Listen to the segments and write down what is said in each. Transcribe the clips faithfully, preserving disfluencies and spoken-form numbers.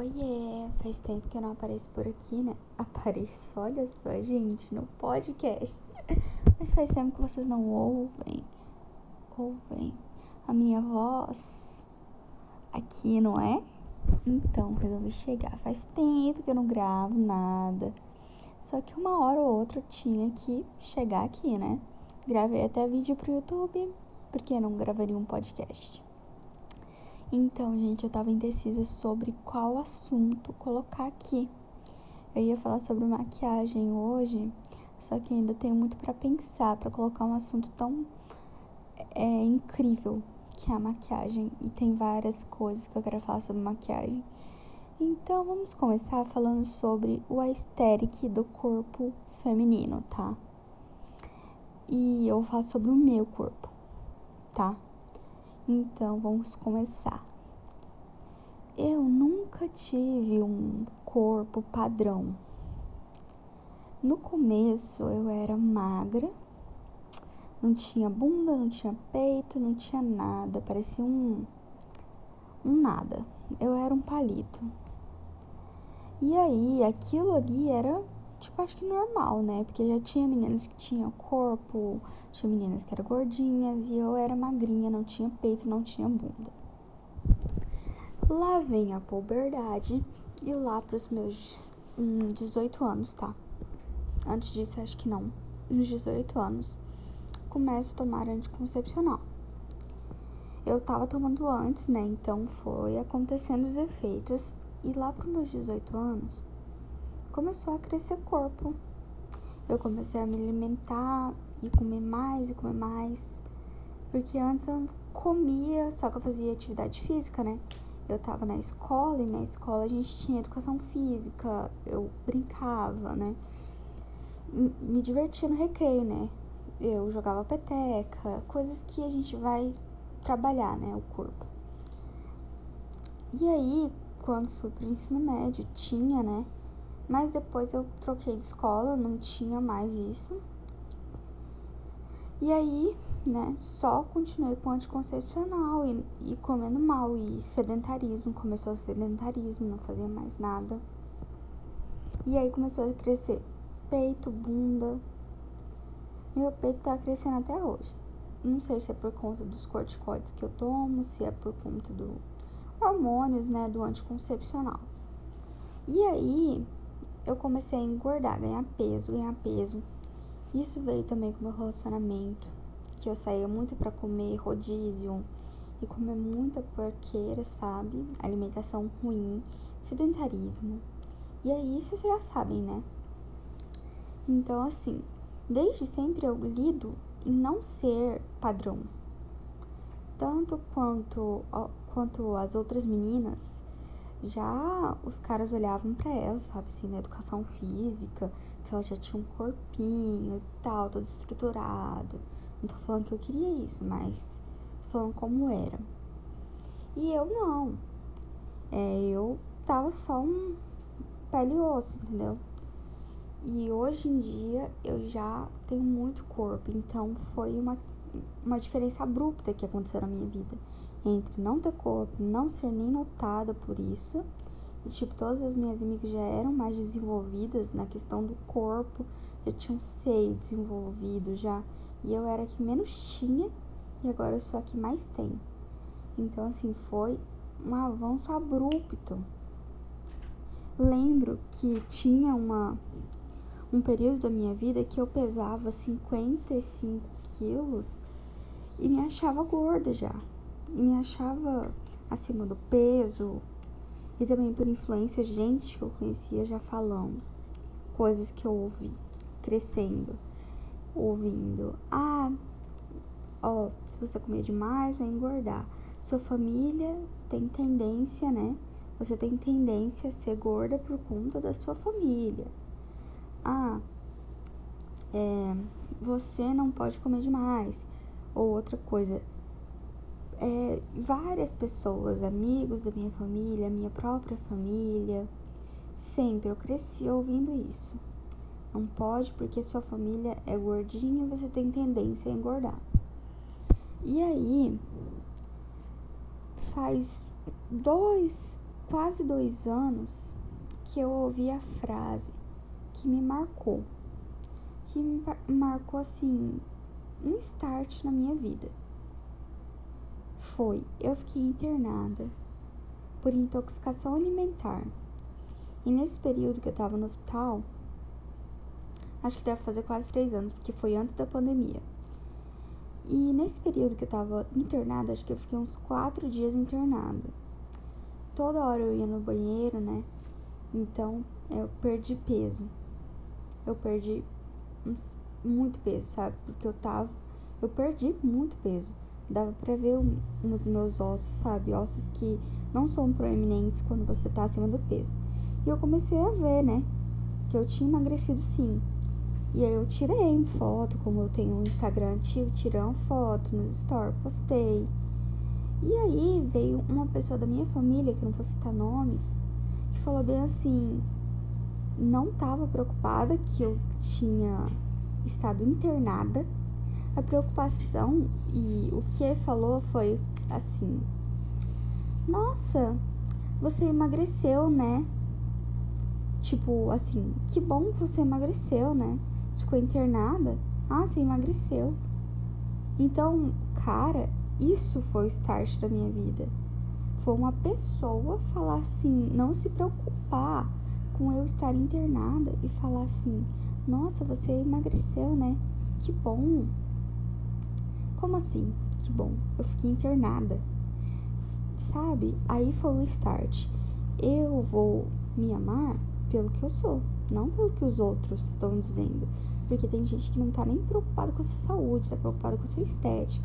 Oiê, faz tempo que eu não apareço por aqui, né? Apareço, olha só, gente, no podcast. Mas faz tempo que vocês não ouvem, ouvem a minha voz aqui, não é? Então, resolvi chegar. Faz tempo que eu não gravo nada. Só que uma hora ou outra eu tinha que chegar aqui, né? Gravei até vídeo pro YouTube, porque não gravaria um podcast? Então, gente, eu tava indecisa sobre qual assunto colocar aqui. Eu ia falar sobre maquiagem hoje, só que ainda tenho muito pra pensar, pra colocar um assunto tão é, incrível que é a maquiagem. E tem várias coisas que eu quero falar sobre maquiagem. Então, vamos começar falando sobre o aesthetic do corpo feminino, tá? E eu vou falar sobre o meu corpo, tá? Então, vamos começar. Eu nunca tive um corpo padrão. No começo, eu era magra, não tinha bunda, não tinha peito, não tinha nada, parecia um, um nada. Eu era um palito. E aí, aquilo ali era, tipo, acho que normal, né? Porque já tinha meninas que tinham corpo, tinha meninas que eram gordinhas, e eu era magrinha, não tinha peito, não tinha bunda. Lá vem a puberdade, e lá pros meus hum, dezoito anos, tá? Antes disso, acho que não. Nos dezoito anos, começo a tomar anticoncepcional. Eu tava tomando antes, né? Então foi acontecendo os efeitos. E lá pros meus dezoito anos, começou a crescer corpo. Eu comecei a me alimentar e comer mais e comer mais. Porque antes eu comia, só que eu fazia atividade física, né? Eu tava na escola e na escola a gente tinha educação física. Eu brincava, né? Me divertia no recreio, né? Eu jogava peteca, coisas que a gente vai trabalhar, né? O corpo. E aí, quando fui pro ensino médio, tinha, né? Mas depois eu troquei de escola, não tinha mais isso. E aí, né, só continuei com anticoncepcional e, e comendo mal. E sedentarismo, começou o sedentarismo, não fazia mais nada. E aí começou a crescer peito, bunda. Meu peito tá crescendo até hoje. Não sei se é por conta dos corticoides que eu tomo, se é por conta dos hormônios, né, do anticoncepcional. E aí, eu comecei a engordar, ganhar peso, ganhar peso. Isso veio também com o meu relacionamento, que eu saía muito pra comer rodízio e comer muita porqueira, sabe? Alimentação ruim, sedentarismo. E aí, vocês já sabem, né? Então, assim, desde sempre eu lido em não ser padrão. Tanto quanto, ó, quanto as outras meninas, já os caras olhavam pra elas, sabe, assim, na educação física, que elas já tinham um corpinho e tal, todo estruturado. Não tô falando que eu queria isso, mas tô falando como era. E eu não. É, eu tava só um pele e osso, entendeu? E hoje em dia eu já tenho muito corpo, então foi uma, uma diferença abrupta que aconteceu na minha vida. Entre não ter corpo, não ser nem notada por isso. E, tipo, todas as minhas amigas já eram mais desenvolvidas na questão do corpo, já tinham um seio desenvolvido já. E eu era a que menos tinha e agora eu sou a que mais tem. Então, assim, foi um avanço abrupto. Lembro que tinha uma... um período da minha vida que eu pesava cinquenta e cinco quilos e me achava gorda já. E me achava acima do peso. E também por influência, gente que eu conhecia já falando. Coisas que eu ouvi crescendo. Ouvindo. Ah, ó, se você comer demais vai engordar. Sua família tem tendência, né? Você tem tendência a ser gorda por conta da sua família. Ah, é, você não pode comer demais. Ou outra coisa, é, várias pessoas, amigos da minha família, minha própria família, sempre eu cresci ouvindo isso. Não pode porque sua família é gordinha e você tem tendência a engordar. E aí, faz dois, quase quase dois anos que eu ouvi a frase que me marcou. Que me marcou, assim, um start na minha vida. Foi, eu fiquei internada por intoxicação alimentar. E nesse período que eu tava no hospital, acho que deve fazer quase três anos, porque foi antes da pandemia. E nesse período que eu tava internada, acho que eu fiquei uns quatro dias internada. Toda hora eu ia no banheiro, né? Então, eu perdi peso. Eu perdi uns, muito peso, sabe? Porque eu tava... Eu perdi muito peso. Dava pra ver um, uns meus ossos, sabe? Ossos que não são proeminentes quando você tá acima do peso. E eu comecei a ver, né? Que eu tinha emagrecido sim. E aí eu tirei uma foto, como eu tenho um Instagram antigo, tirei uma foto no story, postei. E aí veio uma pessoa da minha família, que eu não vou citar nomes, que falou bem assim, não tava preocupada que eu tinha estado internada. A preocupação e o que ele falou foi assim, nossa, você emagreceu, né? Tipo, assim, que bom que você emagreceu, né? Você ficou internada? Ah, você emagreceu. Então, cara, isso foi o start da minha vida. Foi uma pessoa falar assim, não se preocupar com eu estar internada e falar assim, nossa, você emagreceu, né? Que bom. Como assim? Que bom. Eu fiquei internada. Sabe? Aí foi o start. Eu vou me amar pelo que eu sou, não pelo que os outros estão dizendo. Porque tem gente que não tá nem preocupada com a sua saúde, tá preocupada com a sua estética.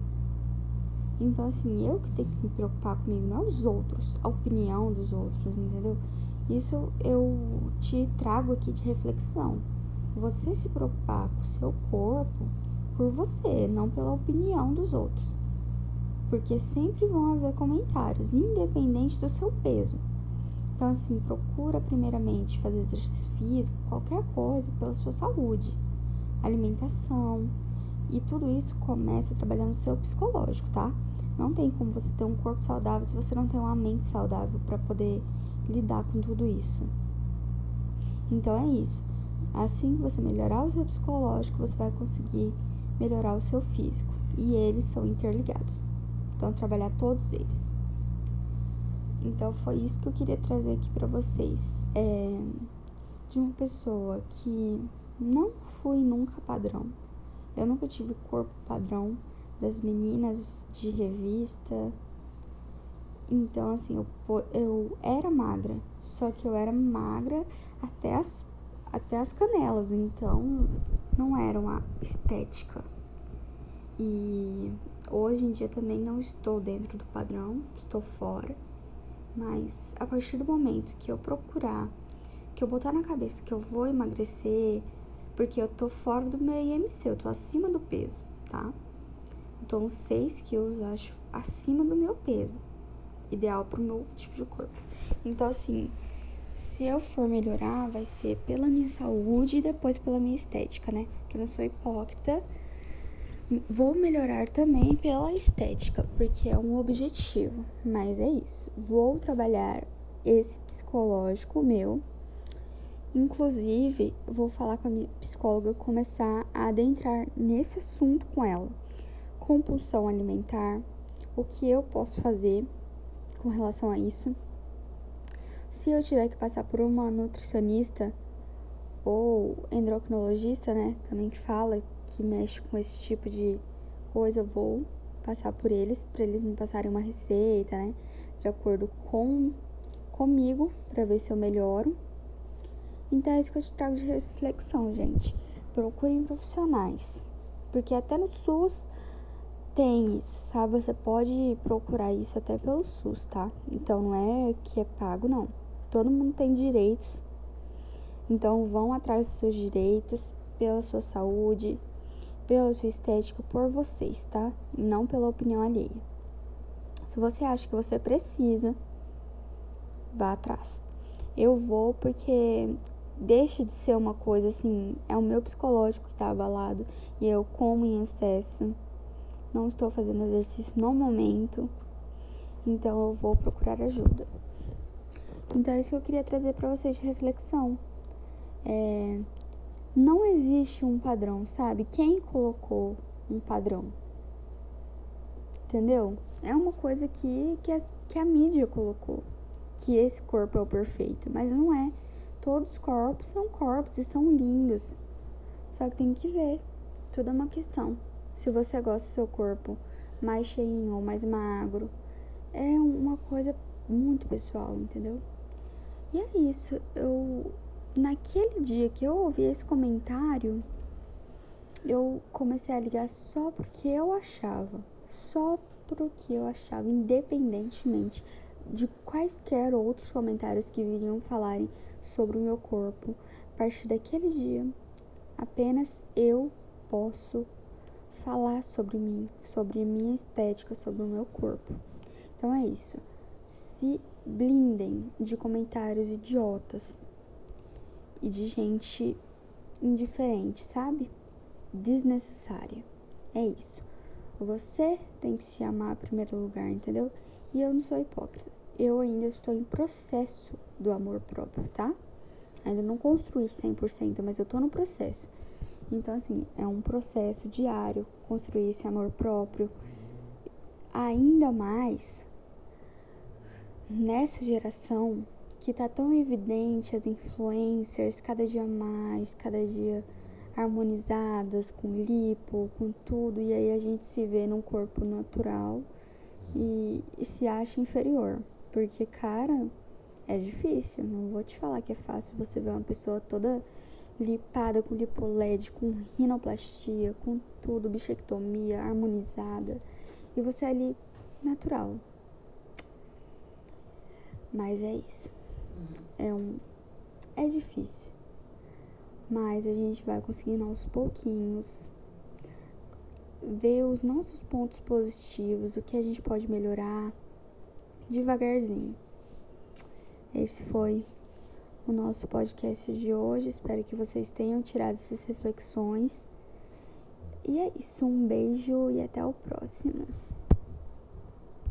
Então, assim, eu que tenho que me preocupar comigo, não é os outros, a opinião dos outros, entendeu? Isso eu te trago aqui de reflexão. Você se preocupar com o seu corpo por você, não pela opinião dos outros. Porque sempre vão haver comentários, independente do seu peso. Então, assim, procura primeiramente fazer exercício físico, qualquer coisa, pela sua saúde, alimentação. E tudo isso começa trabalhando no seu psicológico, tá? Não tem como você ter um corpo saudável se você não tem uma mente saudável para poder lidar com tudo isso. Então é isso. Assim que você melhorar o seu psicológico, você vai conseguir melhorar o seu físico. E eles são interligados. Então, trabalhar todos eles. Então, foi isso que eu queria trazer aqui pra vocês. É, de uma pessoa que não fui nunca padrão. Eu nunca tive corpo padrão das meninas de revista. Então, assim, eu, eu era magra. Só que eu era magra até as, até as canelas. Então, não era uma estética. E hoje em dia também não estou dentro do padrão, estou fora. Mas a partir do momento que eu procurar, que eu botar na cabeça que eu vou emagrecer, porque eu tô fora do meu I M C, eu tô acima do peso, tá? Eu tô uns seis quilos, eu acho, acima do meu peso, ideal pro meu tipo de corpo. Então, assim, se eu for melhorar, vai ser pela minha saúde e depois pela minha estética, né? Que eu não sou hipócrita. Vou melhorar também pela estética, porque é um objetivo, mas é isso. Vou trabalhar esse psicológico meu. Inclusive, vou falar com a minha psicóloga, começar a adentrar nesse assunto com ela. Compulsão alimentar, o que eu posso fazer com relação a isso. Se eu tiver que passar por uma nutricionista ou endocrinologista, né, também que fala, que mexe com esse tipo de coisa, eu vou passar por eles, para eles me passarem uma receita, né, de acordo com comigo, para ver se eu melhoro. Então é isso que eu te trago de reflexão, gente. Procurem profissionais, porque até no SUS tem isso, sabe? Você pode procurar isso até pelo SUS, tá? Então não é que é pago, não. Todo mundo tem direitos. Então vão atrás dos seus direitos, pela sua saúde, pela sua estética, por vocês, tá? E não pela opinião alheia. Se você acha que você precisa, vá atrás. Eu vou porque deixa de ser uma coisa assim, é o meu psicológico que tá abalado e eu como em excesso, não estou fazendo exercício no momento, então eu vou procurar ajuda. Então é isso que eu queria trazer pra vocês de reflexão. É, não existe um padrão, sabe? Quem colocou um padrão? Entendeu? É uma coisa que, que, a, que a mídia colocou. Que esse corpo é o perfeito. Mas não é. Todos os corpos são corpos e são lindos. Só que tem que ver. Tudo é uma questão. Se você gosta do seu corpo mais cheinho ou mais magro, é uma coisa muito pessoal, entendeu? E é isso. Eu, naquele dia que eu ouvi esse comentário, eu comecei a ligar só porque eu achava. Só porque eu achava, independentemente de quaisquer outros comentários que viriam falarem sobre o meu corpo. A partir daquele dia, apenas eu posso falar sobre mim, sobre a minha estética, sobre o meu corpo. Então é isso. Se blindem de comentários idiotas e de gente indiferente, sabe? Desnecessária. É isso. Você tem que se amar em primeiro lugar, entendeu? E eu não sou hipócrita. Eu ainda estou em processo do amor próprio, tá? Ainda não construí cem por cento, mas eu tô no processo. Então, assim, é um processo diário construir esse amor próprio. Ainda mais nessa geração que tá tão evidente as influencers cada dia mais, cada dia harmonizadas, com lipo, com tudo, e aí a gente se vê num corpo natural e, e se acha inferior, porque, cara, é difícil, não vou te falar que é fácil você ver uma pessoa toda lipada, com lipoled, com rinoplastia, com tudo, bichectomia, harmonizada, e você ali natural. Mas é isso, é um é difícil, mas a gente vai conseguindo aos pouquinhos ver os nossos pontos positivos, o que a gente pode melhorar devagarzinho. Esse foi o nosso podcast de hoje. Espero que vocês tenham tirado essas reflexões. E é isso. Um beijo e até o próximo.